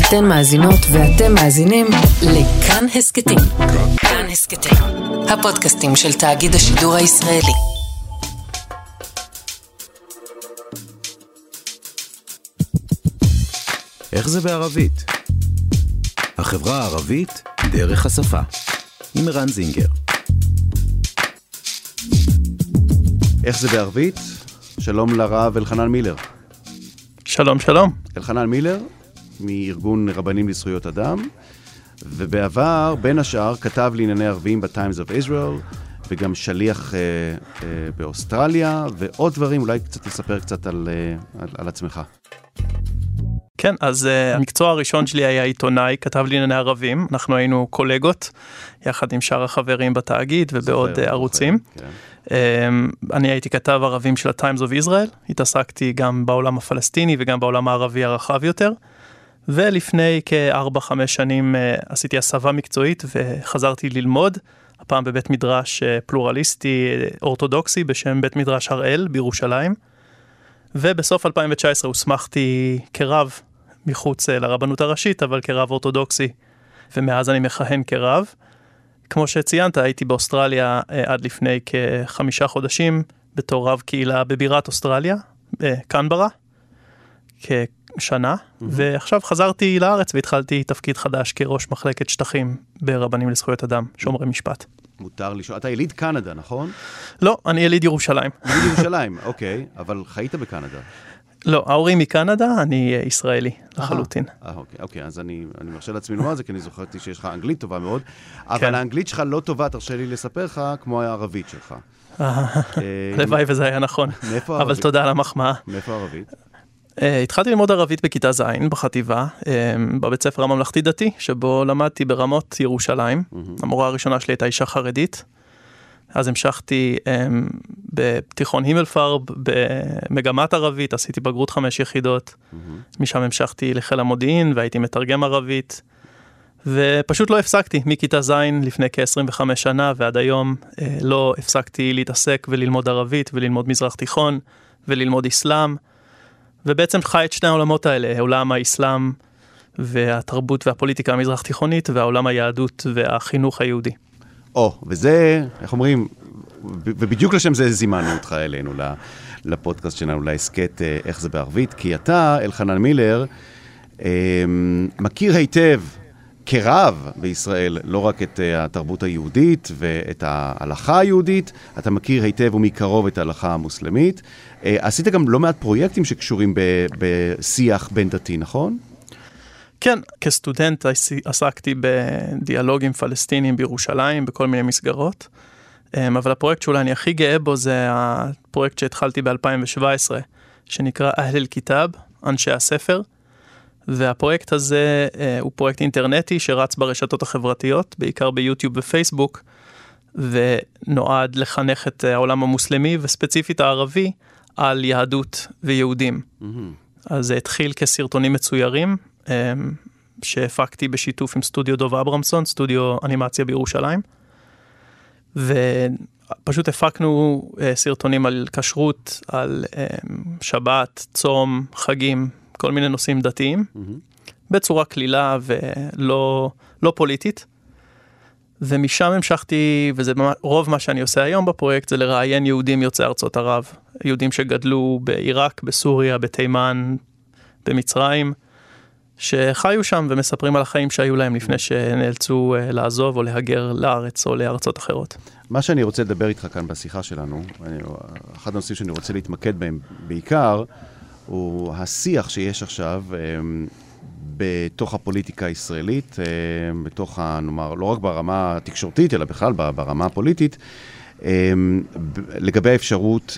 אתן מאזינות ואתם מאזינים לכאן הסקטים. כאן הסקטים, הפודקאסטים של תאגיד השידור הישראלי. איך זה בערבית? החברה הערבית דרך השפה. עם ערן זינגר. איך זה בערבית? שלום לרב אלחנן מילר. שלום, שלום. אלחנן מילר, מארגון רבנים לזכויות אדם, ובעבר, בין השאר, כתב לענייני ערבים ב-Times of Israel, וגם שליח באוסטרליה, ועוד דברים, אולי קצת לספר קצת על עצמך. כן, אז המקצוע הראשון שלי היה עיתונאי, כתב לענייני ערבים, אנחנו היינו קולגות, יחד עם שאר החברים בתאגיד ובעוד ערוצים. אני הייתי כתב ערבים של ה-Times of Israel, התעסקתי גם בעולם הפלסטיני וגם בעולם הערבי הרחב יותר, ולפני כ4-5 שנים עשיתי הסבה מקצועית וחזרתי ללמוד, הפעם בבית מדרש פלורליסטי אורתודוקסי בשם בית מדרש הראל בירושלים, ובסוף 2019 הוסמכתי כרב מחוץ לרבנות הראשית, אבל כרב אורתודוקסי, ומאז אני מכהן כרב. כמו שציינת, הייתי באוסטרליה עד לפני כ5 חודשים, בתור רב קהילה בבירת אוסטרליה, בקנברה, כשנה, ועכשיו חזרתי לארץ והתחלתי תפקיד חדש כראש מחלקת שטחים ברבנים לזכויות אדם, שומרי משפט. מותר לשאול, אתה יליד קנדה, נכון? לא, אני יליד ירושלים. יליד ירושלים, אוקיי, אבל חיית בקנדה. לא, ההורים מקנדה, אני ישראלי לחלוטין. אוקיי, אז אני מרשה לעצמי לומר זה, כי אני זוכרתי שיש לך אנגלית טובה מאוד, אבל האנגלית שלך לא טובה, תרשה לי לספר לך, כמו הערבית שלך. לוואי וזה היה נכון. אבל תודה על המחמאה. מאיפה הערבית? התחלתי ללמוד ערבית בכיתה ז' בחטיבה, בבית ספר הממלכתי דתי, שבו למדתי ברמות ירושלים. המורה הראשונה שלי הייתה אישה חרדית. אז המשכתי בתיכון הימלפרב, במגמת ערבית, עשיתי בגרות 5 יחידות. משם המשכתי לחיל המודיעין והייתי מתרגם ערבית. ופשוט לא הפסקתי מכיתה ז' לפני כ25 שנה, ועד היום לא הפסקתי להתעסק וללמוד ערבית וללמוד מזרח תיכון וללמוד אסלאם. ובעצם חי את שני העולמות האלה, עולם האסלאם והתרבות והפוליטיקה המזרח תיכונית, והעולם היהדות והחינוך היהודי. וזה, איך אומרים, ובדיוק לשם זה זימנו אותך אלינו, לפודקאסט שלנו, להסקט איך זה בערבית, כי אתה, אלחנן מילר, מכיר היטב כרב בישראל, לא רק את התרבות היהודית ואת ההלכה היהודית, אתה מכיר היטב ומקרוב את ההלכה המוסלמית. עשית גם לא מעט פרויקטים שקשורים בשיח בין דתי, נכון? כן, כסטודנט עסקתי בדיאלוגים פלסטינים בירושלים, בכל מיני מסגרות, אבל הפרויקט שאולי אני הכי גאה בו זה הפרויקט שהתחלתי ב-2017, שנקרא אהל אל-כיתאב, אנשי הספר, והפרויקט הזה הוא פרויקט אינטרנטי שרץ ברשתות החברתיות, בעיקר ביוטיוב ופייסבוק, ונועד לחנך את העולם המוסלמי וספציפית הערבי על יהדות ויהודים. אז זה התחיל כסרטונים מצוירים, שהפקתי בשיתוף עם סטודיו דוב אברמסון, סטודיו אנימציה בירושלים, ופשוט הפקנו סרטונים על כשרות, על שבת, צום, חגים, כל מיני נושאים דתיים, בצורה כלילה ולא פוליטית, ומשם המשכתי, וזה רוב מה שאני עושה היום בפרויקט, זה לראיין יהודים יוצאי ארצות ערב, יהודים שגדלו בעיראק, בסוריה, בתימן, במצרים, שחיו שם ומספרים על החיים שהיו להם לפני שנאלצו לעזוב או להגר לארץ או לארצות אחרות. מה שאני רוצה לדבר איתך כאן בשיחה שלנו, אחד הנושאים שאני רוצה להתמקד בהם בעיקר, הוא השיח שיש עכשיו בתוך הפוליטיקה הישראלית, בתוך, נאמר, לא רק ברמה התקשורתית, אלא בכלל ברמה הפוליטית, לגבי האפשרות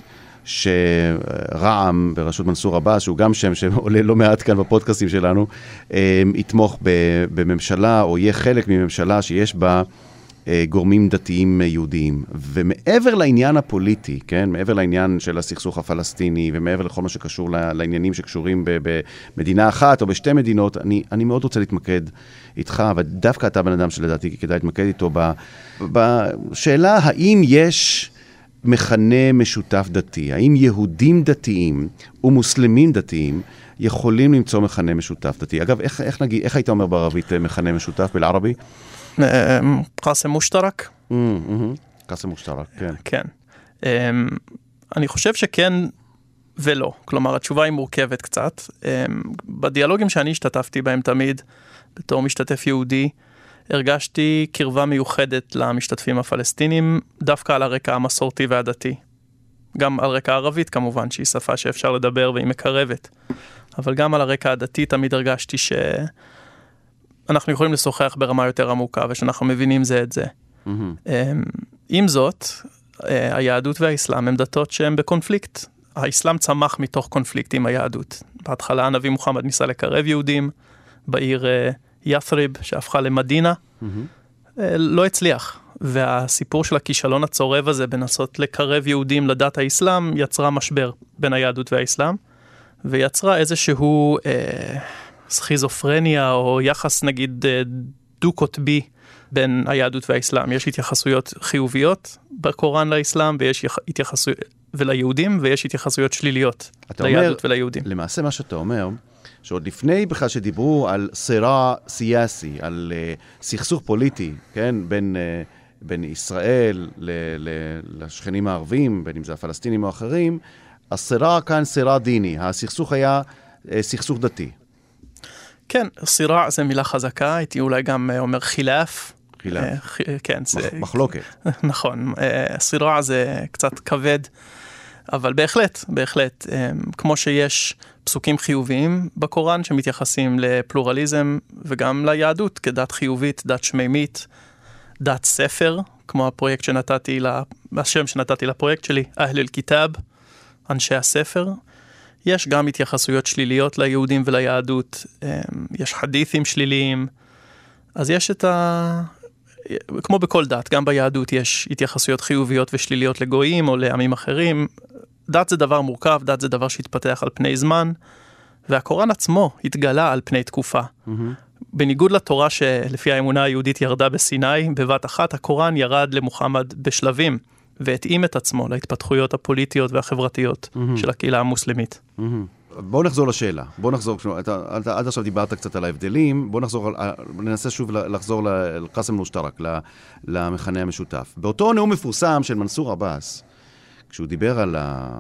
שרע"מ בראשות מנסור עבאס, שהוא גם שם שעולה לא מעט כאן בפודקאסטים שלנו, יתמוך בממשלה או יהיה חלק מממשלה שיש בה גורמים דתיים יהודיים. ומעבר לעניין הפוליטי, כן, מעבר לעניין של הסכסוך הפלסטיני ומעבר לכל מה שקשור לעניינים שקשורים במדינה אחת או בשתי מדינות, אני מאוד רוצה להתמקד איתך, ודווקא אתה בן אדם שלדעתי כדאי להתמקד איתו בשאלה האם יש מכנה משותף דתי? האם יהודים דתיים ומוסלמים דתיים יכולים למצוא מכנה משותף דתי? אגב, איך היית אומר בערבית מכנה משותף בלערבי? קאסם מושתרק. קאסם מושתרק, כן. כן. אני חושב שכן ולא. כלומר, התשובה היא מורכבת קצת. בדיאלוגים שאני השתתפתי בהם תמיד, בתור משתתף יהודי, הרגשתי קרבה מיוחדת למשתתפים הפלסטינים, דווקא על הרקע המסורתי והדתי. גם על רקע ערבית כמובן, שהיא שפה שאפשר לדבר והיא מקרבת. אבל גם על הרקע הדתי תמיד הרגשתי שאנחנו יכולים לשוחח ברמה יותר עמוקה, ושאנחנו מבינים זה את זה. עם זאת, היהדות והאסלאם הם דתות שהן בקונפליקט. האסלאם צמח מתוך קונפליקט עם היהדות. בהתחלה הנביא מוחמד ניסה לקרב יהודים בעיר ית'ריב, שהפכה למדינה. לא הצליח. והסיפור של הכישלון הצורב הזה בנסות לקרב יהודים לדת האסלאם יצרה משבר בין היהדות והאסלאם, ויצרה איזשהו סכיזופרניה או יחס נגיד דו-קוטבי בין היהדות והאסלאם. יש התייחסויות חיוביות בקוראן לאסלאם וליהודים, ויש התייחסויות שליליות ליהדות וליהודים. למעשה מה שאתה אומר, שעוד לפני בכלל שדיברו על סירה סייאסי, על סכסוך פוליטי, כן, בין ישראל לשכנים הערבים, בין אם זה הפלסטינים או אחרים, הסירה כאן סירה דיני, הסכסוך היה סכסוך דתי. כן, סירה זה מילה חזקה, הייתי אולי גם אומר חילף. חילף. כן. מחלוקת. נכון, סירה זה קצת כבד, אבל בהחלט, כמו שיש פסוקים חיוביים בקוראן שמתייחסים לפלורליזם וגם ליהדות כדת חיובית, דת שמימית, דת ספר, כמו הפרויקט השם שנתתי לפרויקט שלי, אהל אל-כיתאב, אנשי הספר. יש גם התייחסויות שליליות ליהודים וליהדות, יש חדית'ים שליליים, אז יש כמו בכל דת, גם ביהדות יש התייחסויות חיוביות ושליליות לגויים או לעמים אחרים. דת זה דבר מורכב, דת זה דבר שהתפתח על פני זמן, והקוראן עצמו התגלה על פני תקופה. בניגוד לתורה שלפי האמונה היהודית ירדה בסיני, בבת אחת הקוראן ירד למוחמד בשלבים, והתאים את עצמו להתפתחויות הפוליטיות והחברתיות של הקהילה המוסלמית. בואו נחזור לשאלה. עד עכשיו דיברת קצת על ההבדלים, ננסה שוב לחזור לקאסם מושתרק, למכנה המשותף. באותו נאום מפורסם של מנסור עבאס, כשהוא דיבר על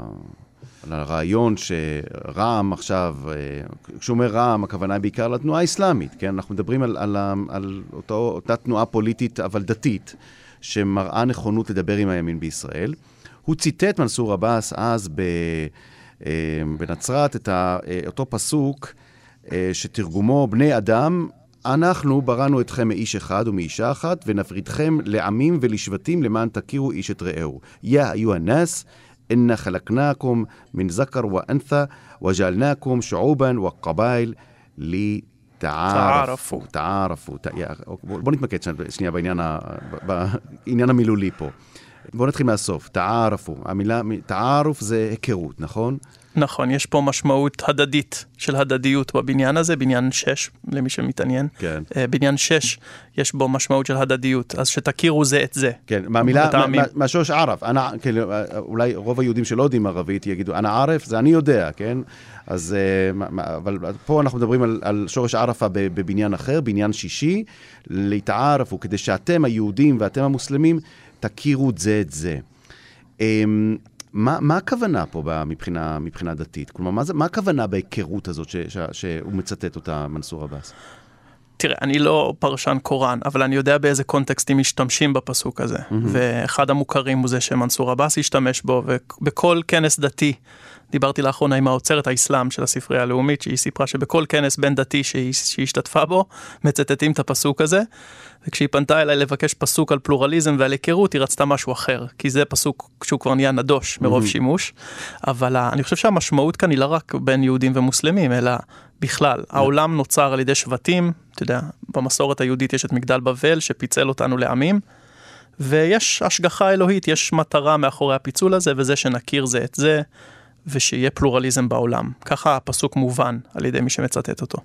הרעיון שרע"מ עכשיו, כשהוא אומר רע"מ, הכוונה היא בעיקר לתנועה האסלאמית, כן? אנחנו מדברים על אותה תנועה פוליטית אבל דתית, שמראה נכונות לדבר עם הימין בישראל. הוא ציטט מנסור עבאס אז בנצרת את אותו פסוק שתרגומו בני אדם, אנחנו בראנו אתכם מאיש אחד ומאישה אחת ונפרידכם לעמים ולשבטים למען תכירו איש את רעהו. יא איוה נאס, إن خلقناكم من ذكر وأنثى وجعلناكم شعوبا وقبائل لتعارفوا. בוא נתמקד שנייה בעניין המילולי פה. בוא נתחיל מהסוף. תערפו. המילה תערף זה היכרות, נכון? נכון, יש פה משמעות הדדית של הדדיות בבניין הזה, בניין 6, למי שמתעניין. כן. בניין 6, יש בו משמעות של הדדיות, אז שתכירו זה את זה. כן, מהשורש ערף. אולי רוב היהודים שלא יודעים ערבית יגידו, אנא ערף, זה אני יודע, כן? אז, אבל פה אנחנו מדברים על שורש ערפה בבניין אחר, בניין 6, להתערפו, כדי שאתם היהודים ואתם המוסלמים תכירו את זה את זה. מה הכוונה פה מבחינה דתית? כלומר, מה הכוונה בהיכרות הזאת שהוא מצטט אותה מנסור עבאס? תראה, אני לא פרשן קוראן, אבל אני יודע באיזה קונטקסטים משתמשים בפסוק הזה. ואחד המוכרים הוא זה שמנסור עבאס השתמש בו, ובכל כנס דתי, דיברתי לאחרונה עם האוצרת האסלאם של הספרייה הלאומית, שהיא סיפרה שבכל כנס בין דתי שהיא השתתפה בו, מצטטים את הפסוק הזה, וכשהיא פנתה אליי לבקש פסוק על פלורליזם ועל היכרות, היא רצתה משהו אחר, כי זה פסוק שהוא כבר נהיה נדוש מרוב שימוש, אבל אני חושב שהמשמעות כאן היא לא רק בין יהודים ומוסלמים, אלא בכלל, העולם נוצר על ידי שבטים, אתה יודע, במסורת היהודית יש את מגדל בבל שפיצל אותנו לעמים, ויש השגחה אלוהית, יש מטרה מאחורי הפיצול הזה, וזה שנכיר זה את זה, ושיהיה פלורליזם בעולם. ככה הפסוק מובן על ידי מי שמצטט אותו.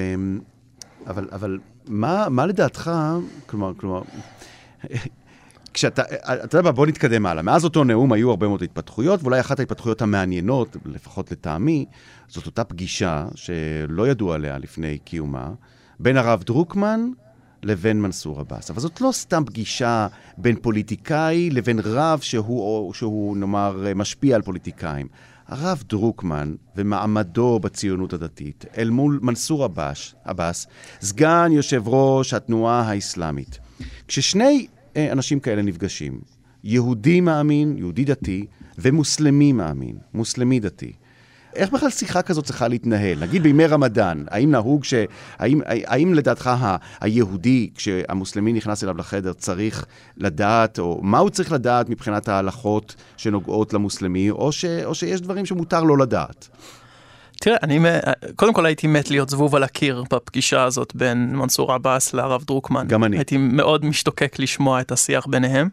אבל מה לדעתך, כלומר, אתה יודע, בוא נתקדם הלאה. מאז אותו נאום היו הרבה מאוד התפתחויות, ואולי אחת ההתפתחויות המעניינות, לפחות לטעמי, זאת אותה פגישה שלא ידעו עליה לפני קיומה, בין הרב דרוקמן לבין מנסור עבאס. אבל זאת לא סתם פגישה בין פוליטיקאי לבין רב שהוא נאמר, משפיע על פוליטיקאים. הרב דרוקמן ומעמדו בציונות הדתית, אל מול מנסור עבאס, סגן יושב ראש התנועה האסלאמית. כששני אנשים כאלה נפגשים, יהודי מאמין, יהודי דתי, ומוסלמי מאמין, מוסלמי דתי. איך בכלל שיחה כזאת צריכה להתנהל? נגיד בימי רמדאן, האם נהוג האם לדעתך היהודי, כשהמוסלמי נכנס אליו לחדר, צריך לדעת, או מה הוא צריך לדעת מבחינת ההלכות שנוגעות למוסלמי, או שיש דברים שמותר לא לדעת? תראה, קודם כל הייתי מת להיות זבוב על הקיר בפגישה הזאת בין מנסור עבאס לרב דרוקמן. גם אני. הייתי מאוד משתוקק לשמוע את השיח ביניהם.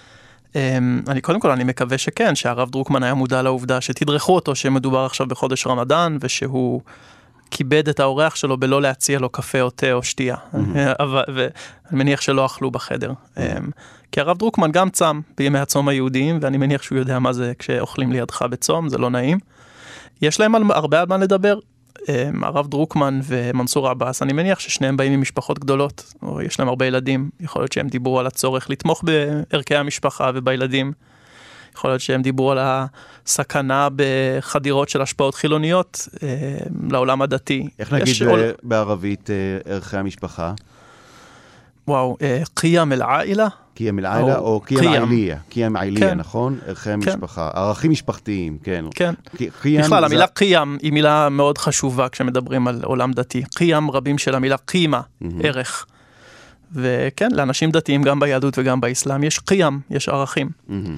קודם כל אני מקווה שכן, שהרב דרוקמן היה מודע לעובדה שתדרכו אותו שמדובר עכשיו בחודש רמדאן, ושהוא כיבד את האורח שלו בלא להציע לו קפה או תה או שתייה. ואני מניח שלא אכלו בחדר. כי הרב דרוקמן גם צם בימי הצום היהודיים, ואני מניח שהוא יודע מה זה כשאוכלים לידך בצום, זה לא נעים. יש להם הרבה על מה לדבר. הרב דרוקמן ומנסור עבאס, אני מניח ששניהם באים ממשפחות גדולות, או יש להם הרבה ילדים, יכול להיות שהם דיברו על הצורך לתמוך בערכי המשפחה ובילדים, יכול להיות שהם דיברו על הסכנה בחדירות של השפעות חילוניות לעולם הדתי. איך נגיד בערבית ערכי המשפחה? וואו, קיים אל-עאילה. קיים אל-עאילה או קיים עיליה. קיים עיליה, נכון? ערכי המשפחה. ערכים משפחתיים, כן. כן. בכלל, המילה קיים היא מילה מאוד חשובה כשמדברים על עולם דתי. קיים רבים של המילה קימה, ערך. וכן, לאנשים דתיים גם ביהדות וגם באסלאם יש קיים, יש ערכים.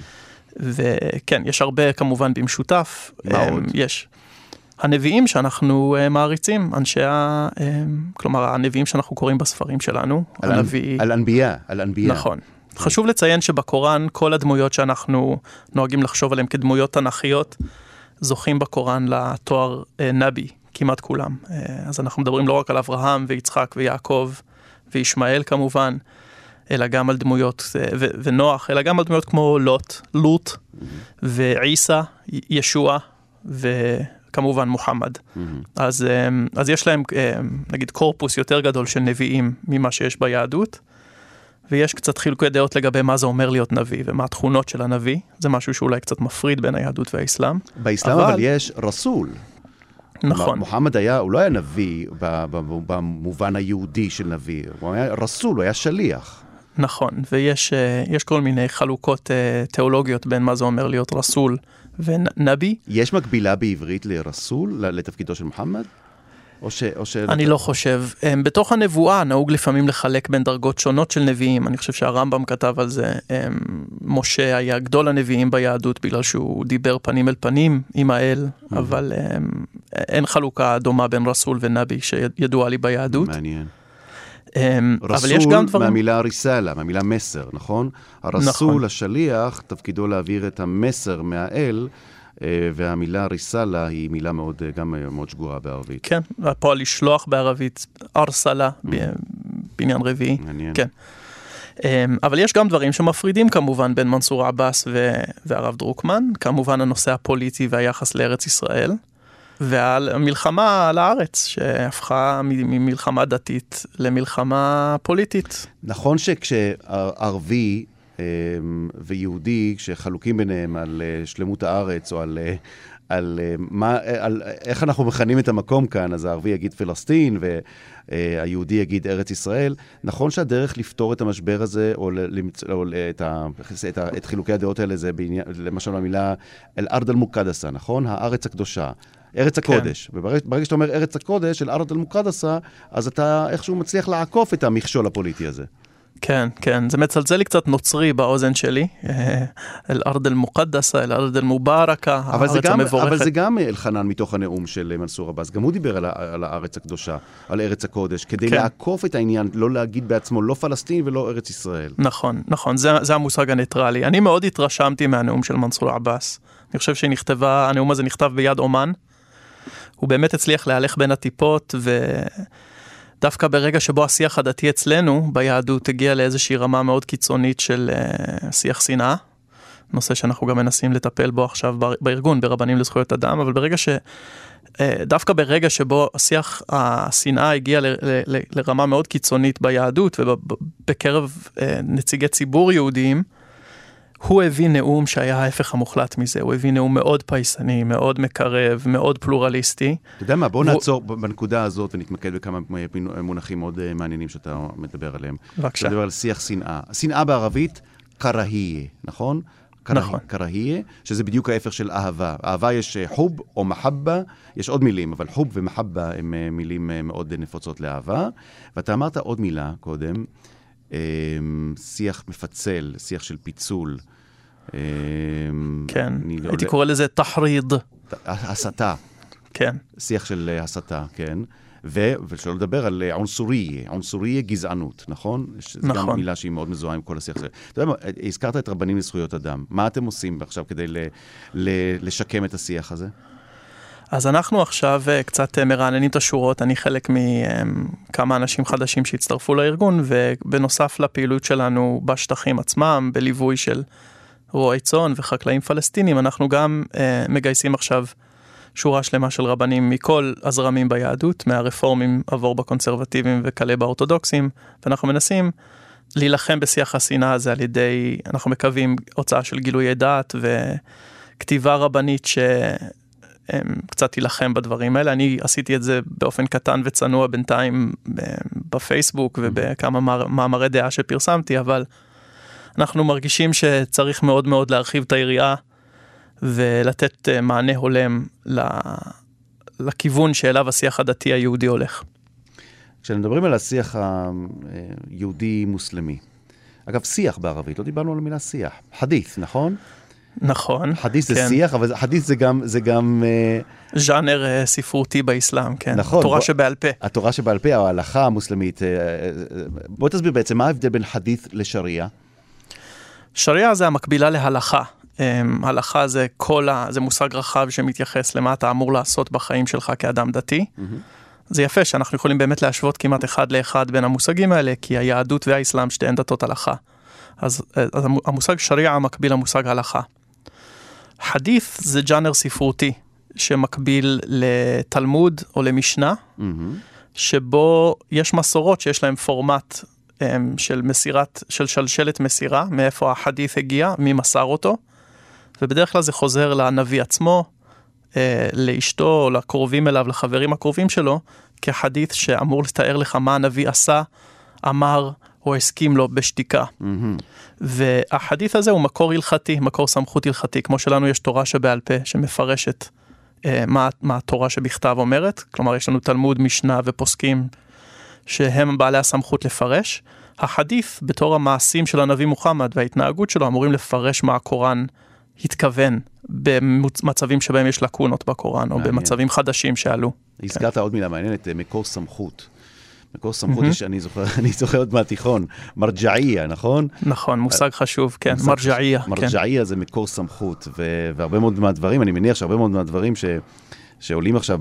וכן, יש הרבה כמובן במשותף. מה עוד? יש. הנביאים שאנחנו מעריצים, כלומר, הנביאים שאנחנו קוראים בספרים שלנו. על-אנבייה. נכון. חשוב לציין שבקוראן, כל הדמויות שאנחנו נוהגים לחשוב עליהן כדמויות תנכיות, זוכים בקוראן לתואר נבי, כמעט כולם. אז אנחנו מדברים לא רק על אברהם ויצחק ויעקב וישמעאל כמובן, אלא גם על דמויות, ונוח, אלא גם על דמויות כמו לוט, ועיסא, ישוע, וכמובן מוחמד. אז יש להם, נגיד, קורפוס יותר גדול של נביאים ממה שיש ביהדות, ויש קצת חילוקי דעות לגבי מה זה אומר להיות נביא, ומה התכונות של הנביא. זה משהו שאולי קצת מפריד בין היהדות והאסלאם. באסלאם אבל יש רסול. נכון. מוחמד הוא לא היה נביא במובן היהודי של נביא, הוא היה רסול, הוא היה שליח. נכון, ויש כל מיני חלוקות תיאולוגיות בין מה זה אומר להיות רסול ונבי. יש מקבילה בעברית לרסול, לתפקידו של מוחמד? אני לא חושב. בתוך הנבואה נהוג לפעמים לחלק בין דרגות שונות של נביאים. אני חושב שהרמב"ם כתב על זה. משה היה גדול הנביאים ביהדות בגלל שהוא דיבר פנים אל פנים עם האל, אבל אין חלוקה דומה בין רסול ונבי שידוע לי ביהדות. מעניין. אבל יש גם דברים... מהמילה ריסלה, מהמילה מסר, נכון? הרסול, השליח, תפקידו להעביר את המסר מהאל, והמילה ריסלה היא מילה מאוד, גם מאוד שגורה בערבית. כן, והפועל לשלוח בערבית, ארסלה, בעניין רביעי. מעניין. כן. אבל יש גם דברים שמפרידים כמובן בין מנסור עבאס והרב דרוקמן, כמובן הנושא הפוליטי והיחס לארץ ישראל, ועל המלחמה על הארץ, שהפכה ממלחמה דתית למלחמה פוליטית. נכון שכשערבי ויהודי, כשחלוקים ביניהם על שלמות הארץ, או על איך אנחנו מכנים את המקום כאן, אז הערבי יגיד פלסטין, והיהודי יגיד ארץ ישראל, נכון שהדרך לפתור את המשבר הזה, או את חילוקי הדעות האלה, זה למשל המילה אל-ארד אל-מוקדסה, נכון? הארץ הקדושה. ארץ הקודש. וברגע שאתה אומר ארץ הקודש, אל-ארד אל-מוקדסה, אז אתה איכשהו מצליח לעקוף את המכשול הפוליטי הזה. כן, כן, זה מצלצל לי קצת נוצרי באוזן שלי, אל-ארד אל-מוקדסה, אל-ארד אל-מוברקה, הארץ המבורכת. אבל זה גם אלחנן מתוך הנאום של מנסור עבאס, גם הוא דיבר על הארץ הקדושה, על ארץ הקודש, כדי לעקוף את העניין, לא להגיד בעצמו לא פלסטין ולא ארץ ישראל. נכון, נכון, זה המושג הניטרלי. אני מאוד התרשמתי מהנאום של מנסור עבאס. אני חושב שהנאום הזה נכתב ביד אומן, הוא באמת הצליח להלך בין הטיפות דווקא ברגע שבו השיח הדתי אצלנו, ביהדות הגיע לאיזושהי רמה מאוד קיצונית של שיח שנאה, נושא שאנחנו גם מנסים לטפל בו עכשיו בארגון, ברבנים לזכויות אדם, אבל דווקא ברגע שבו השיח השנאה הגיע לרמה מאוד קיצונית ביהדות, ובקרב נציגי ציבור יהודיים, הוא הביא נאום שהיה ההפך המוחלט מזה, הוא הביא נאום מאוד פייסני, מאוד מקרב, מאוד פלורליסטי. אתה יודע מה, בוא נעצור בנקודה הזאת ונתמקד בכמה מונחים מאוד מעניינים שאתה מדבר עליהם. בבקשה. אתה מדבר על שיח שנאה. שנאה בערבית, קראהיה, נכון? נכון. קראהיה, שזה בדיוק ההפך של אהבה. אהבה יש חוב או מחבה, יש עוד מילים, אבל חוב ומחבה הם מילים מאוד נפוצות לאהבה. ואתה אמרת עוד מילה קודם, שיח מפצל, שיח של פיצול. כן, הייתי קורא לזה תחריד. הסתה. כן. שיח של הסתה, כן. ושלא לדבר על עונסוריה גזענות, נכון? זו גם מילה שהיא מאוד מזוהה עם כל השיח הזה. אתה יודע מה, הזכרת את רבנים לזכויות אדם. מה אתם עושים עכשיו כדי לשקם את השיח הזה? אז אנחנו עכשיו קצת מרעננים את השורות, אני חלק מכמה אנשים חדשים שהצטרפו לארגון, ובנוסף לפעילות שלנו בשטחים עצמם, בליווי של רועי צאן וחקלאים פלסטינים, אנחנו גם מגייסים עכשיו שורה שלמה של רבנים מכל הזרמים ביהדות, מהרפורמים עבור בקונסרבטיבים וכלה באורתודוקסים, ואנחנו מנסים להילחם בשיח השנאה הזה על ידי, אנחנו מקווים הוצאה של גילויי דעת וכתיבה רבנית קצת תילחם בדברים האלה. אני עשיתי את זה באופן קטן וצנוע בינתיים בפייסבוק ובכמה מאמרי דעה שפרסמתי, אבל אנחנו מרגישים שצריך מאוד מאוד להרחיב את היריעה ולתת מענה הולם לכיוון שאליו השיח הדתי היהודי הולך. כשמדברים על השיח היהודי-מוסלמי, אגב, שיח בערבית, לא דיברנו על המילה שיח, חדית', נכון? נכון. חדית' זה שיח, אבל חדית' זה גם ז'אנר ספרותי באסלאם, כן. נכון. תורה שבעל פה. התורה שבעל פה, או ההלכה המוסלמית. בוא תסביר בעצם, מה ההבדל בין חדית' לשריעה? שריעה זה המקבילה להלכה. הלכה זה זה מושג רחב שמתייחס למה אתה אמור לעשות בחיים שלך כאדם דתי. זה יפה שאנחנו יכולים באמת להשוות כמעט אחד לאחד בין המושגים האלה, כי היהדות והאסלאם שתיהן דתות הלכה. אז המושג שריעה מקביל למושג הלכה. חדית' זה ג'אנר ספרותי שמקביל לתלמוד או למשנה, שבו יש מסורות שיש להם פורמט של שלשלת מסירה, מאיפה החדית' הגיע, מי מסר אותו, ובדרך כלל זה חוזר לנביא עצמו, לאשתו, או לקרובים אליו, לחברים הקרובים שלו, כחדית' שאמור לתאר לך מה הנביא עשה, אמר, או הסכים לו בשתיקה. והחדית' הזה הוא מקור הלכתי, מקור סמכות הלכתי, כמו שלנו יש תורה שבעל פה, שמפרשת מה התורה שבכתב אומרת, כלומר יש לנו תלמוד, משנה ופוסקים, שהם בעלי הסמכות לפרש. החדית' בתור המעשים של הנביא מוחמד וההתנהגות שלו אמורים לפרש מה הקוראן התכוון במצבים שבהם יש לקונות בקוראן, או במצבים חדשים שעלו. הזכרת עוד מילה מעניינת, מקור סמכות. מקור סמכות יש, אני זוכר עוד מהתיכון, מרג'עיה, נכון? נכון, מושג חשוב, כן, מרג'עיה. מרג'עיה זה מקור סמכות, והרבה מאוד מהדברים, אני מניח שהרבה מאוד מהדברים שעולים עכשיו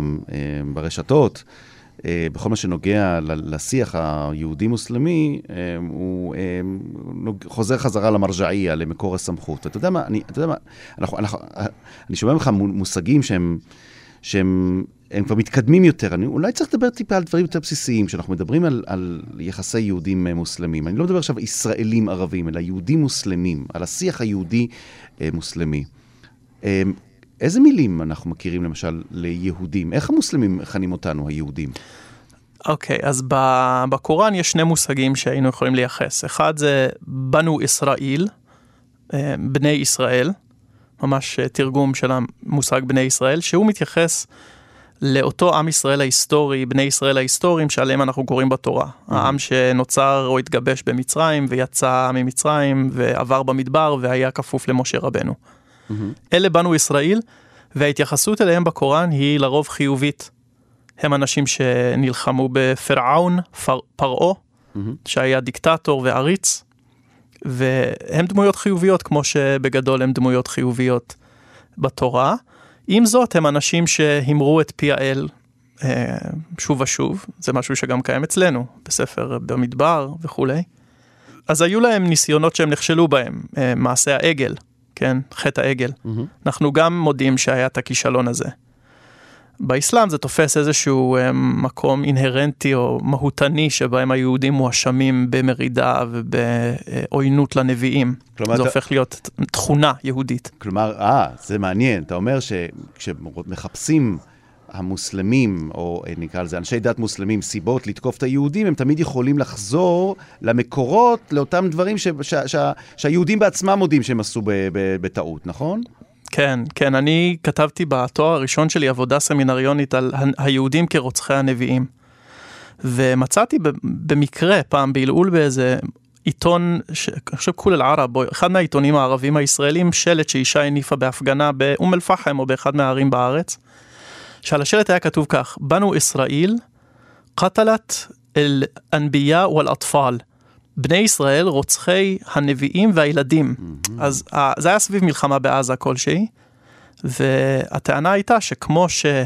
ברשתות, בכל מה שנוגע לשיח היהודי-מוסלמי, הוא חוזר חזרה למרג'עיה, למקור הסמכות. אתה יודע מה, אני שומע לך מושגים שהם כבר מתקדמים יותר. אולי צריך לדבר טיפה על דברים יותר בסיסיים, שאנחנו מדברים על יחסי יהודים-מוסלמים. אני לא מדבר עכשיו ישראלים ערבים, אלא יהודים-מוסלמים, על השיח היהודי-מוסלמי. איזה מילים אנחנו מכירים למשל ליהודים? איך המוסלמים מכנים אותנו, היהודים? אוקיי, אז בקוראן יש שני מושגים שהיינו יכולים לייחס. אחד זה בנו ישראל, בני ישראל, ממש תרגום של המושג בני ישראל, שהוא מתייחס לאותו עם ישראל ההיסטורי, בני ישראל ההיסטוריים שעליהם אנחנו קוראים בתורה. העם שנוצר או התגבש במצרים ויצא ממצרים ועבר במדבר והיה כפוף למשה רבנו. אלה בנו ישראל, וההתייחסות אליהם בקוראן היא לרוב חיובית. הם אנשים שנלחמו בפרעון, פרעו, שהיה דיקטטור ועריץ, והם דמויות חיוביות, כמו שבגדול הם דמויות חיוביות בתורה. עם זאת, הם אנשים שהמרו את פי האל, שוב ושוב, זה משהו שגם קיים אצלנו, בספר במדבר וכולי. אז היו להם ניסיונות שהם נכשלו בהם, מעשה העגל, כן, חטא העגל. אנחנו גם מודים שהיה את הכישלון הזה. באסלאם זה תופס איזשהו מקום אינהרנטי או מהותני, שבהם היהודים מואשמים במרידה ובעוינות לנביאים. זה הופך להיות תכונה יהודית. כלומר, זה מעניין. אתה אומר שכשמחפשים המוסלמים, או נקרא לזה אנשי דת מוסלמים, סיבות לתקוף את היהודים, הם תמיד יכולים לחזור למקורות, לאותם דברים שהיהודים בעצמם מודים שהם עשו בטעות, נכון? כן, כן, אני כתבתי בתואר הראשון שלי עבודה סמינריונית על היהודים כרוצחי הנביאים. ומצאתי במקרה פעם בעילול באיזה עיתון, אני חושב כול אל-ערב, אחד מהעיתונים הערבים הישראלים, שלט שאישה הניפה בהפגנה באום אל-פחם או באחד מהערים בארץ, שעל השלט היה כתוב כך, בנו ישראל קטלת אל-אנבייה ואל-אטפל. בני ישראל רוצחי הנביאים והילדים. אז זה היה סביב מלחמה בעזה כלשהי, והטענה הייתה שכמו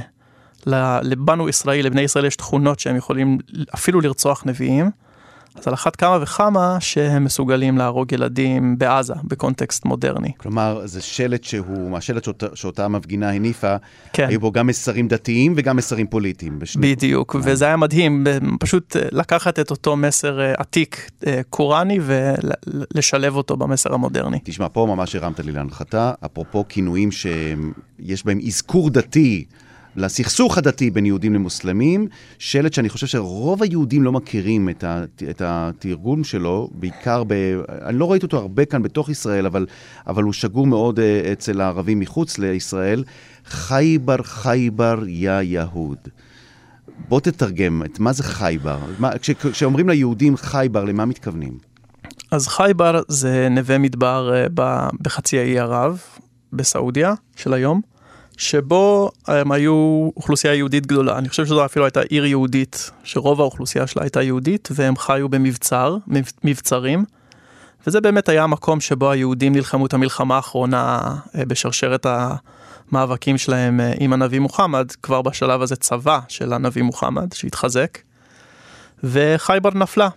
שלבנו ישראל, לבני ישראל יש תכונות שהם יכולים אפילו לרצוח נביאים, אז על אחת כמה וכמה שהם מסוגלים להרוג ילדים בעזה, בקונטקסט מודרני. כלומר, זה שלט שהוא, השלט שאותה המפגינה הניפה, כן. היו בו גם מסרים דתיים וגם מסרים פוליטיים. בדיוק, וזה היה מדהים, פשוט לקחת את אותו מסר עתיק קוראני, ולשלב אותו במסר המודרני. תשמע, פה ממש הרמת לי להנחתה, אפרופו כינויים שיש בהם אזכור דתי, לסכסוך הדתי בין יהודים למוסלמים, שלט שאני חושב שרוב היהודים לא מכירים את התרגום שלו, בעיקר אני לא ראיתי אותו הרבה כאן בתוך ישראל, אבל הוא שגור מאוד אצל הערבים מחוץ לישראל, חייבר חייבר יא יהוד. בוא תתרגם, מה זה חייבר? כשאומרים ליהודים חייבר, למה מתכוונים? אז חייבר זה נווה מדבר בחצי האי ערב, בסעודיה של היום, שבו הם היו אוכלוסייה יהודית גדולה. אני חושב שזו אפילו הייתה עיר יהודית, שרוב האוכלוסייה שלה הייתה יהודית, והם חיו מבצרים, וזה באמת היה המקום שבו היהודים נלחמו את המלחמה האחרונה בשרשרת המאבקים שלהם עם הנביא מוחמד, כבר בשלב הזה צבא של הנביא מוחמד, שהתחזק, וחייבר נפלה,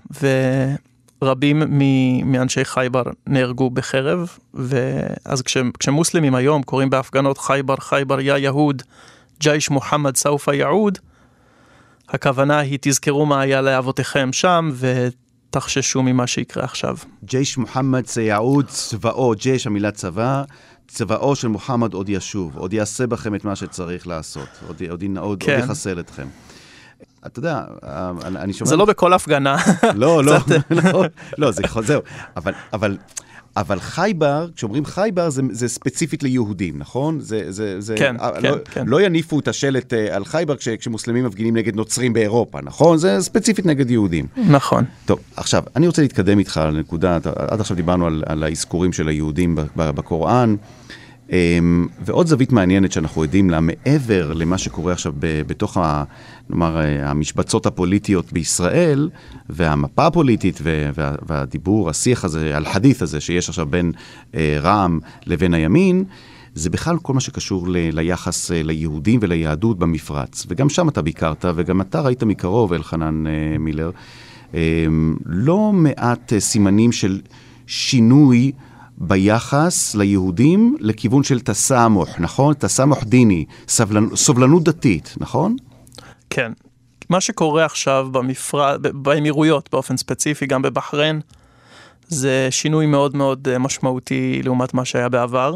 רבים מאנשי חייבר נהרגו בחרב, ואז כשמוסלמים היום קוראים בהפגנות חייבר, חייבר יא יהוד, ג'ייש מוחמד סופה יעוד, הכוונה היא תזכרו מה היה לאבותיכם שם, ותחששו ממה שיקרה עכשיו. ג'ייש מוחמד סייעוד, צבאו, ג'ייש המילה צבא, צבאו של מוחמד עוד ישוב, עוד יעשה בכם את מה שצריך לעשות, עוד יחסל אתכם. אתה יודע, אני שומע... זה לא בכל הפגנה. לא, זהו. אבל חייבר, כשאומרים חייבר, זה ספציפית ליהודים, נכון? כן. לא יניפו את השלט על חייבר כשמוסלמים מפגינים נגד נוצרים באירופה, נכון? זה ספציפית נגד יהודים. נכון. טוב, עכשיו, אני רוצה להתקדם איתך לנקודה, עד עכשיו דיברנו על האזכורים של היהודים בקוראן, ועוד זווית מעניינת שאנחנו יודעים לה, מעבר למה שקורה עכשיו בתוך נאמר, המשבצות הפוליטיות בישראל, והמפה הפוליטית והדיבור, השיח הזה, על-חדית' הזה שיש עכשיו בין רע"מ לבין הימין, זה בכלל כל מה שקשור ליחס ליהודים וליהדות במפרץ. וגם שם אתה ביקרת, וגם אתה ראית מקרוב, אלחנן מילר, לא מעט סימנים של שינוי ביחס ליהודים לכיוון של תסמוך, נכון? תסמוך דיני, סובלנות דתית, נכון? כן. מה שקורה עכשיו באמירויות באופן ספציפי, גם בבחריין, זה שינוי מאוד מאוד משמעותי לעומת מה שהיה בעבר.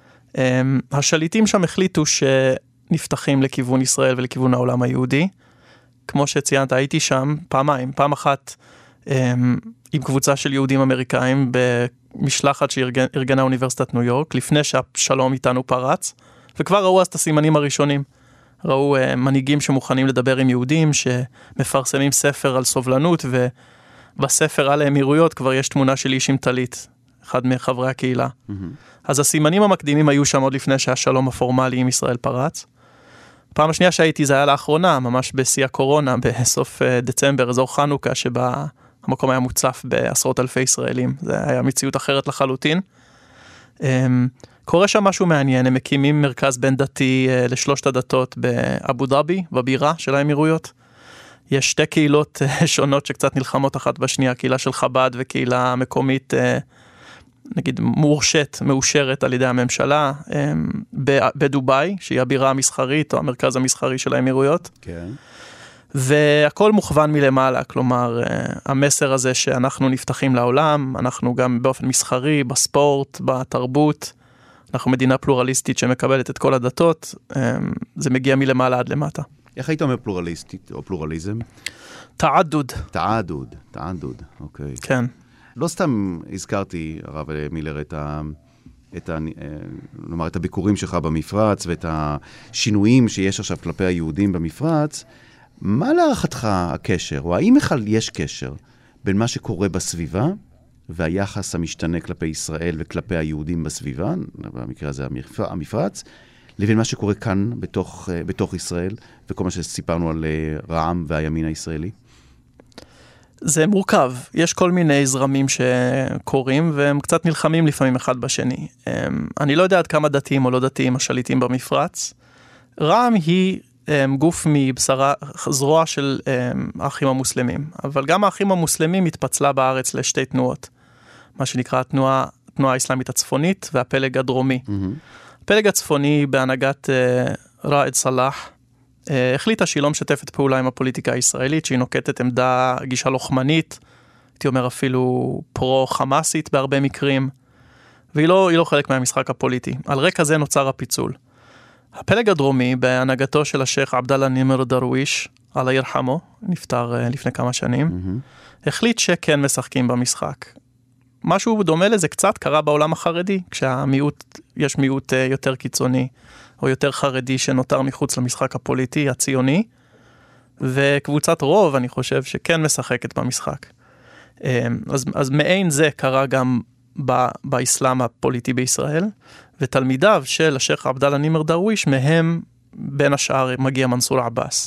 השליטים שם החליטו שנפתחים לכיוון ישראל ולכיוון העולם היהודי. כמו שציינת, הייתי שם פעמיים. פעם אחת עם קבוצה של יהודים אמריקאים במשלחת שארגנה אוניברסיטת ניו יורק, לפני שהשלום איתנו פרץ, וכבר ראו אז את הסימנים הראשונים. ראו מנהיגים שמוכנים לדבר עם יהודים, שמפרסמים ספר על סובלנות, ובספר על האמירויות כבר יש תמונה של איש עם טלית, אחד מחברי הקהילה. אז הסימנים המקדימים היו שם עוד לפני שהשלום הפורמלי עם ישראל פרץ. פעם השנייה שהייתי זה היה לאחרונה, ממש בשיא הקורונה, בסוף דצמבר, אזור חנוכה, שבה המקום היה מוצף בעשרות אלפי ישראלים. זה היה מציאות אחרת לחלוטין. קורה שם משהו מעניין, הם מקימים מרכז בין דתי לשלושת הדתות באבו דאבי, בבירה של האמירויות. יש שתי קהילות שונות שקצת נלחמות אחת בשנייה, קהילה של חב"ד וקהילה מקומית, נגיד מאושרת על ידי הממשלה, בדובאי, שהיא הבירה המסחרית או המרכז המסחרי של האמירויות. כן. והכל מוכוון מלמעלה, כלומר, המסר הזה שאנחנו נפתחים לעולם, אנחנו גם באופן מסחרי, בספורט, בתרבות, אנחנו מדינה פלורליסטית שמקבלת את כל הדתות, זה מגיע מלמעלה עד למטה. איך היית אומר פלורליסטית או פלורליזם? תעדוד. תעדוד, אוקיי. כן. לא סתם הזכרתי, הרב מילר, נאמר, את הביקורים שלך במפרץ ואת השינויים שיש עכשיו כלפי היהודים במפרץ. מה להערכתך הקשר, או האם יש קשר בין מה שקורה בסביבה והיחס המשתנה כלפי ישראל וכלפי היהודים בסביבה, במקרה הזה המפרץ, לבין מה שקורה כאן בתוך ישראל, וכל מה שסיפרנו על רע"מ והימין הישראלי? זה מורכב. יש כל מיני זרמים שקורים, והם קצת נלחמים לפעמים אחד בשני. אני לא יודע עד כמה דתיים או לא דתיים השליטים במפרץ. רע"מ היא גוף מבשרה, זרוע של האחים המוסלמים. אבל גם האחים המוסלמים התפצלה בארץ לשתי תנועות. מה שנקרא התנועה האסלאמית הצפונית והפלג הדרומי. הפלג הצפוני בהנהגת ראאד סלאח, החליטה שהיא לא משתפת פעולה עם הפוליטיקה הישראלית, שהיא נוקטת עמדה גישה לוחמנית, הייתי אומר אפילו פרו-חמאסית בהרבה מקרים, והיא לא חלק מהמשחק הפוליטי. על רקע זה נוצר הפיצול. הפלג הדרומי, בהנהגתו של השייך עבדאללה נימר דרוויש, אללה ירחמו, נפטר לפני כמה שנים, החליט שכן משחקים במשחק. משהו דומה לזה קצת קרה בעולם החרדי, יש מיעוט יותר קיצוני, או יותר חרדי שנותר מחוץ למשחק הפוליטי, הציוני, וקבוצת רוב, אני חושב, שכן משחקת במשחק. אז מעין זה קרה גם באסלאם הפוליטי בישראל, ותלמידיו של השייך עבדאללה נימר דרוויש, מהם בין השאר מגיע מנסור עבאס.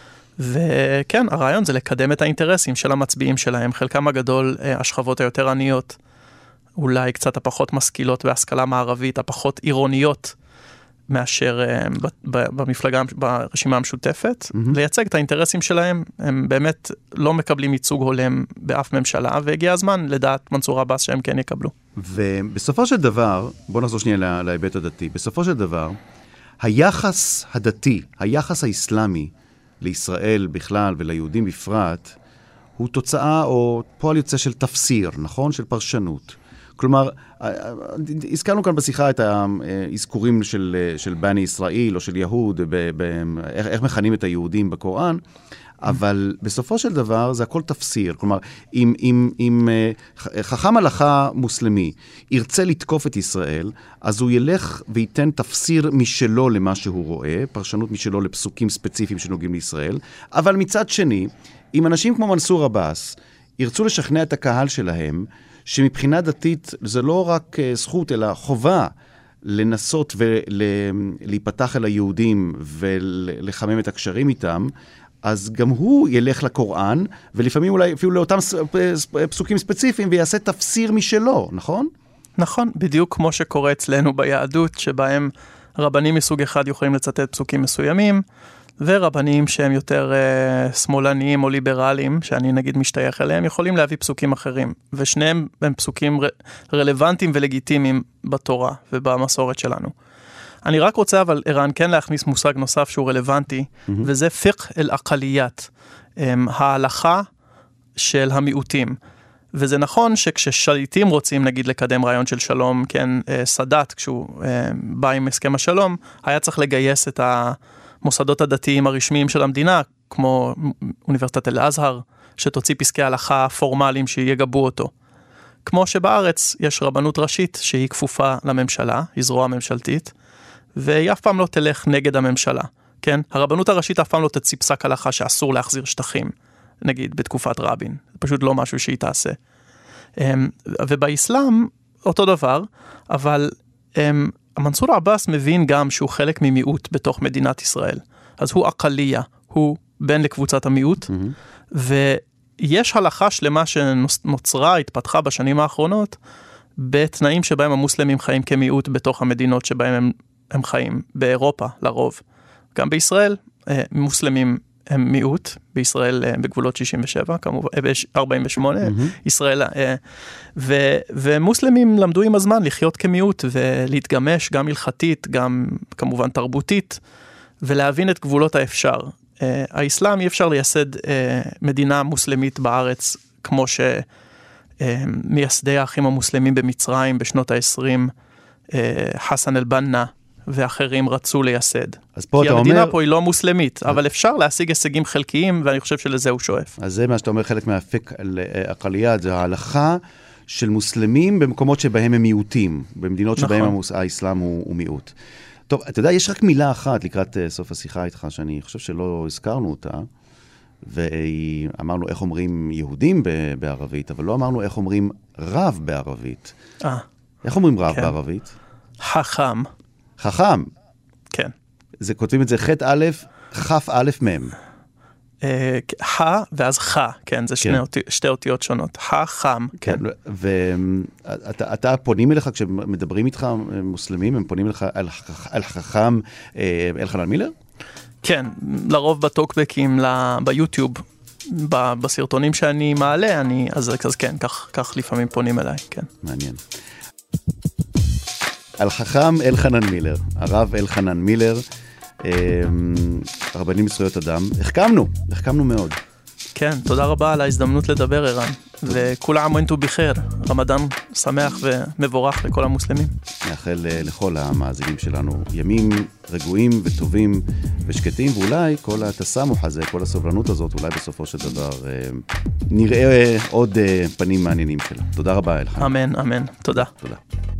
וכן, הרעיון זה לקדם את האינטרסים של המצביעים שלהם, חלקם הגדול השכבות היותר עניות, אולי קצת הפחות משכילות בהשכלה מערבית, הפחות עירוניות, מאשר במפלגה, ברשימה המשותפת, לייצג את האינטרסים שלהם, הם באמת לא מקבלים ייצוג הולם באף ממשלה, והגיע הזמן לדעת מנסור עבאס שהם כן יקבלו. ובסופו של דבר, בוא נחזור שנייה להיבט הדתי, בסופו של דבר, היחס הדתי, היחס האסלאמי לישראל בכלל וליהודים בפרט, הוא תוצאה או פועל יוצא של תפסיר, נכון? של פרשנות. כלומר, הזכרנו כאן בשיחה את האזכורים של בני ישראל או של יהוד, איך מכנים את היהודים בקוראן, אבל בסופו של דבר זה הכל תפסיר. כלומר, אם חכם הלכה מוסלמי ירצה לתקוף את ישראל, אז הוא ילך וייתן תפסיר משלו למה שהוא רואה, פרשנות משלו לפסוקים ספציפיים שנוגעים לישראל, אבל מצד שני, אם אנשים כמו מנסור עבאס ירצו לשכנע את הקהל שלהם, שמבחינה דתית זה לא רק זכות, אלא חובה לנסות ולהיפתח אל היהודים ולחמם את הקשרים איתם, אז גם הוא ילך לקוראן, ולפעמים אולי אפילו לאותם פסוקים ספציפיים, ויעשה תפסיר משלו, נכון? נכון, בדיוק כמו שקורה אצלנו ביהדות, שבהם רבנים מסוג אחד יכולים לצטט פסוקים מסוימים, ורבנים שהם יותר שמאלניים או ליברליים, שאני נגיד משתייך אליהם, יכולים להביא פסוקים אחרים. ושניהם הם פסוקים רלוונטיים ולגיטימיים בתורה ובמסורת שלנו. אני רק רוצה אבל, ערן, כן להכניס מושג נוסף שהוא רלוונטי, וזה פיקח אל-אקליית, ההלכה של המיעוטים. וזה נכון שכששליטים רוצים, נגיד, לקדם רעיון של שלום, כן, סאדאת, כשהוא בא עם הסכם השלום, היה צריך לגייס את המוסדות הדתיים הרשמיים של המדינה, כמו אוניברסיטת אל-אזהר, שתוציא פסקי הלכה פורמליים שיגבו אותו. כמו שבארץ יש רבנות ראשית שהיא כפופה לממשלה, היא זרוע ממשלתית, והיא אף פעם לא תלך נגד הממשלה, כן? הרבנות הראשית אף פעם לא תוציא פסק הלכה שאסור להחזיר שטחים, נגיד בתקופת רבין. זה פשוט לא משהו שהיא תעשה. ובאסלאם אותו דבר, אבל מנסור עבאס מבין גם שהוא חלק ממיעוט בתוך מדינת ישראל. אז הוא אקליה, הוא בן לקבוצת המיעוט, ויש הלכה שלמה שנוצרה, התפתחה בשנים האחרונות, בתנאים שבהם המוסלמים חיים כמיעוט בתוך המדינות שבהם הם חיים, באירופה לרוב. גם בישראל, מוסלמים הם מיעוט, בישראל בגבולות 67, כמובן, 48, ישראל, ומוסלמים למדו עם הזמן לחיות כמיעוט, ולהתגמש גם הלכתית, גם כמובן תרבותית, ולהבין את גבולות האפשר. האסלאם אי אפשר לייסד מדינה מוסלמית בארץ, כמו שמייסדי האחים המוסלמים במצרים בשנות ה-20, חסן אל-בנה, ואחרים רצו לייסד. כי המדינה פה היא לא מוסלמית, אבל אפשר להשיג הישגים חלקיים, ואני חושב שלזה הוא שואף. אז זה מה שאתה אומר, חלק מהאפק אקליית, זה ההלכה של מוסלמים במקומות שבהם הם מיעוטים, במדינות שבהם האסלאם הוא מיעוט. טוב, אתה יודע, יש רק מילה אחת לקראת סוף השיחה איתך, שאני חושב שלא הזכרנו אותה, ואמרנו איך אומרים יהודים בערבית, אבל לא אמרנו איך אומרים רב בערבית. איך אומרים רב בערבית? חכם. חכם. כן. זה כותבים את זה ח' א', כ' א' מ'. ח ואז ח, כן, זה שתי אותיות שונות. חכם. כן, ואתה פונים אליך, כשמדברים איתך מוסלמים, הם פונים אליך על חכם אלחנן מילר? כן, לרוב בטוקבקים, ביוטיוב, בסרטונים שאני מעלה, אז כן, כך לפעמים פונים אליי, כן. מעניין. על חכם אלחנן מילר, הרב אלחנן מילר, רבנים לזכויות אדם. החכמנו מאוד. כן, תודה רבה על ההזדמנות לדבר, ערן. וכול עאם ואנתום בחיר, רמדאן שמח ומבורך לכל המוסלמים. נאחל לכל המאזינים שלנו ימים רגועים וטובים ושקטים, ואולי כל התסמוך הזה, כל הסובלנות הזאת, אולי בסופו של דבר נראה עוד פנים מעניינים שלה. תודה רבה אלחנן. אמן, אמן. תודה. תודה.